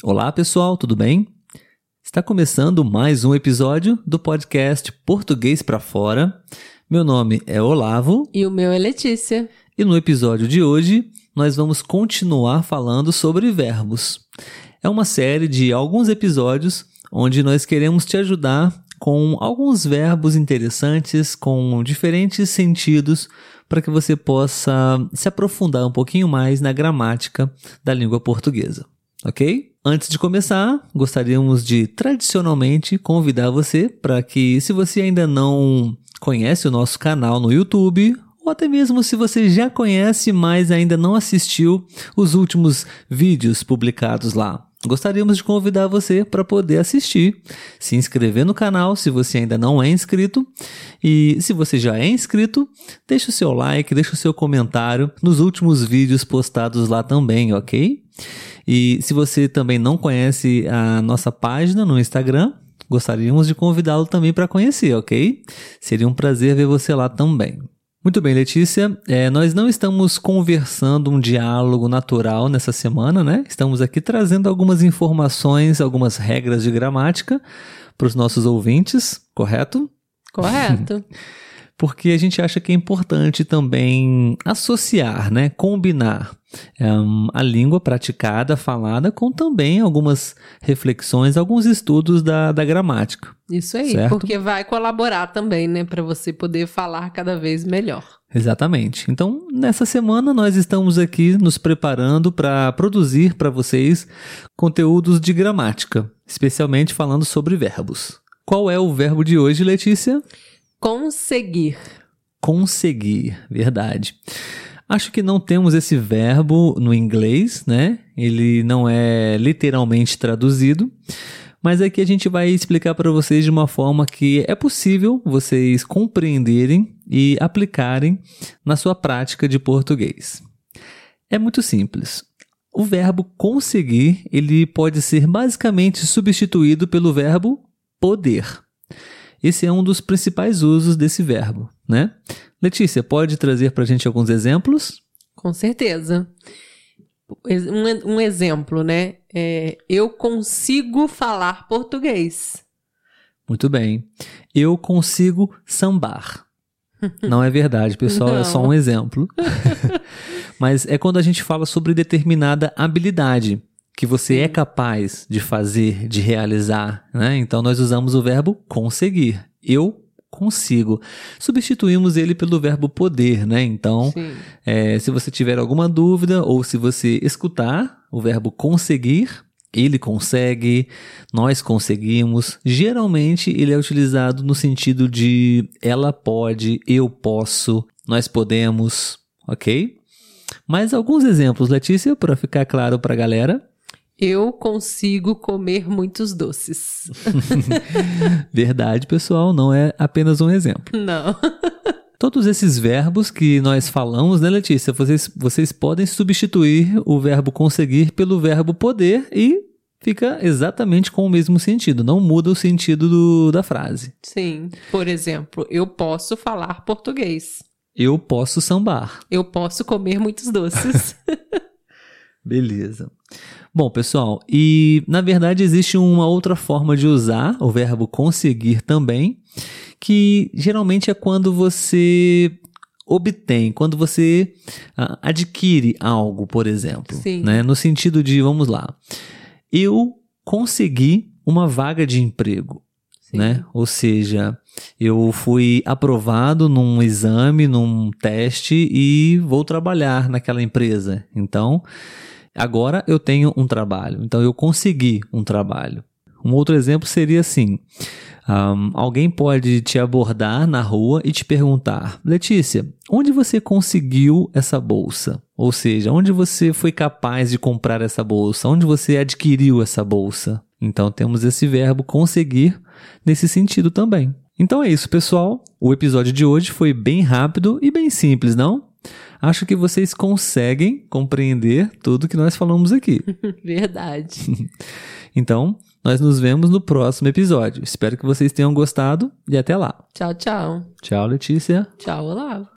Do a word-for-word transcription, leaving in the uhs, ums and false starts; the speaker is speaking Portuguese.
Olá pessoal, tudo bem? Está começando mais um episódio do podcast Português pra Fora. Meu nome é Olavo. E o meu é Letícia. E no episódio de hoje, nós vamos continuar falando sobre verbos. É uma série de alguns episódios onde nós queremos te ajudar com alguns verbos interessantes, com diferentes sentidos, para que você possa se aprofundar um pouquinho mais na gramática da língua portuguesa, ok? Antes de começar, gostaríamos de tradicionalmente convidar você para que, se você ainda não conhece o nosso canal no YouTube, ou até mesmo se você já conhece, mas ainda não assistiu os últimos vídeos publicados lá, gostaríamos de convidar você para poder assistir, se inscrever no canal se você ainda não é inscrito, e se você já é inscrito, deixa o seu like, deixa o seu comentário nos últimos vídeos postados lá também, ok? E se você também não conhece a nossa página no Instagram, gostaríamos de convidá-lo também para conhecer, ok? Seria um prazer ver você lá também. Muito bem, Letícia, é, nós não estamos conversando um diálogo natural nessa semana, né? Estamos aqui trazendo algumas informações, algumas regras de gramática para os nossos ouvintes, correto? Correto. Porque a gente acha que é importante também associar, né? Combinar um, a língua praticada, falada, com também algumas reflexões, alguns estudos da, da gramática. Isso aí, certo? Porque vai colaborar também, né? Para você poder falar cada vez melhor. Exatamente. Então, nessa semana nós estamos aqui nos preparando para produzir para vocês conteúdos de gramática, especialmente falando sobre verbos. Qual é o verbo de hoje, Letícia? Conseguir. Conseguir, verdade. Acho que não temos esse verbo no inglês, né? Ele não é literalmente traduzido, mas aqui a gente vai explicar para vocês de uma forma que é possível vocês compreenderem e aplicarem na sua prática de português. É muito simples. O verbo conseguir, ele pode ser basicamente substituído pelo verbo poder. Esse é um dos principais usos desse verbo, né? Letícia, pode trazer para a gente alguns exemplos? Com certeza. Um, um exemplo, né? É, eu consigo falar português. Muito bem. Eu consigo sambar. Não é verdade, pessoal, Não. É só um exemplo. Mas é quando a gente fala sobre determinada habilidade que você é capaz de fazer, de realizar, né? Então nós usamos o verbo conseguir. Eu consigo. Substituímos ele pelo verbo poder, né? Então, é, se você tiver alguma dúvida ou se você escutar o verbo conseguir, ele consegue, nós conseguimos. Geralmente ele é utilizado no sentido de ela pode, eu posso, nós podemos, ok? Mais alguns exemplos, Letícia, para ficar claro para a galera. Eu consigo comer muitos doces. Verdade, pessoal, não é apenas um exemplo. Não. Todos esses verbos que nós falamos, né, Letícia? Vocês, vocês podem substituir o verbo conseguir pelo verbo poder e fica exatamente com o mesmo sentido. Não muda o sentido do, da frase. Sim. Por exemplo, eu posso falar português. Eu posso sambar. Eu posso comer muitos doces. Beleza. Bom, pessoal, e na verdade existe uma outra forma de usar o verbo conseguir também, que geralmente é quando você obtém, quando você uh, adquire algo, por exemplo. Sim. Né? No sentido de, vamos lá, eu consegui uma vaga de emprego. Né? Ou seja, eu fui aprovado num exame, num teste e vou trabalhar naquela empresa. Então, agora eu tenho um trabalho. Então, eu consegui um trabalho. Um outro exemplo seria assim. Um, alguém pode te abordar na rua e te perguntar: Letícia, onde você conseguiu essa bolsa? Ou seja, onde você foi capaz de comprar essa bolsa? Onde você adquiriu essa bolsa? Então, temos esse verbo conseguir nesse sentido também. Então é isso, pessoal. O episódio de hoje foi bem rápido e bem simples, não? Acho que vocês conseguem compreender tudo que nós falamos aqui. Verdade. Então, nós nos vemos no próximo episódio. Espero que vocês tenham gostado e até lá. Tchau, tchau. Tchau, Letícia. Tchau, Olavo.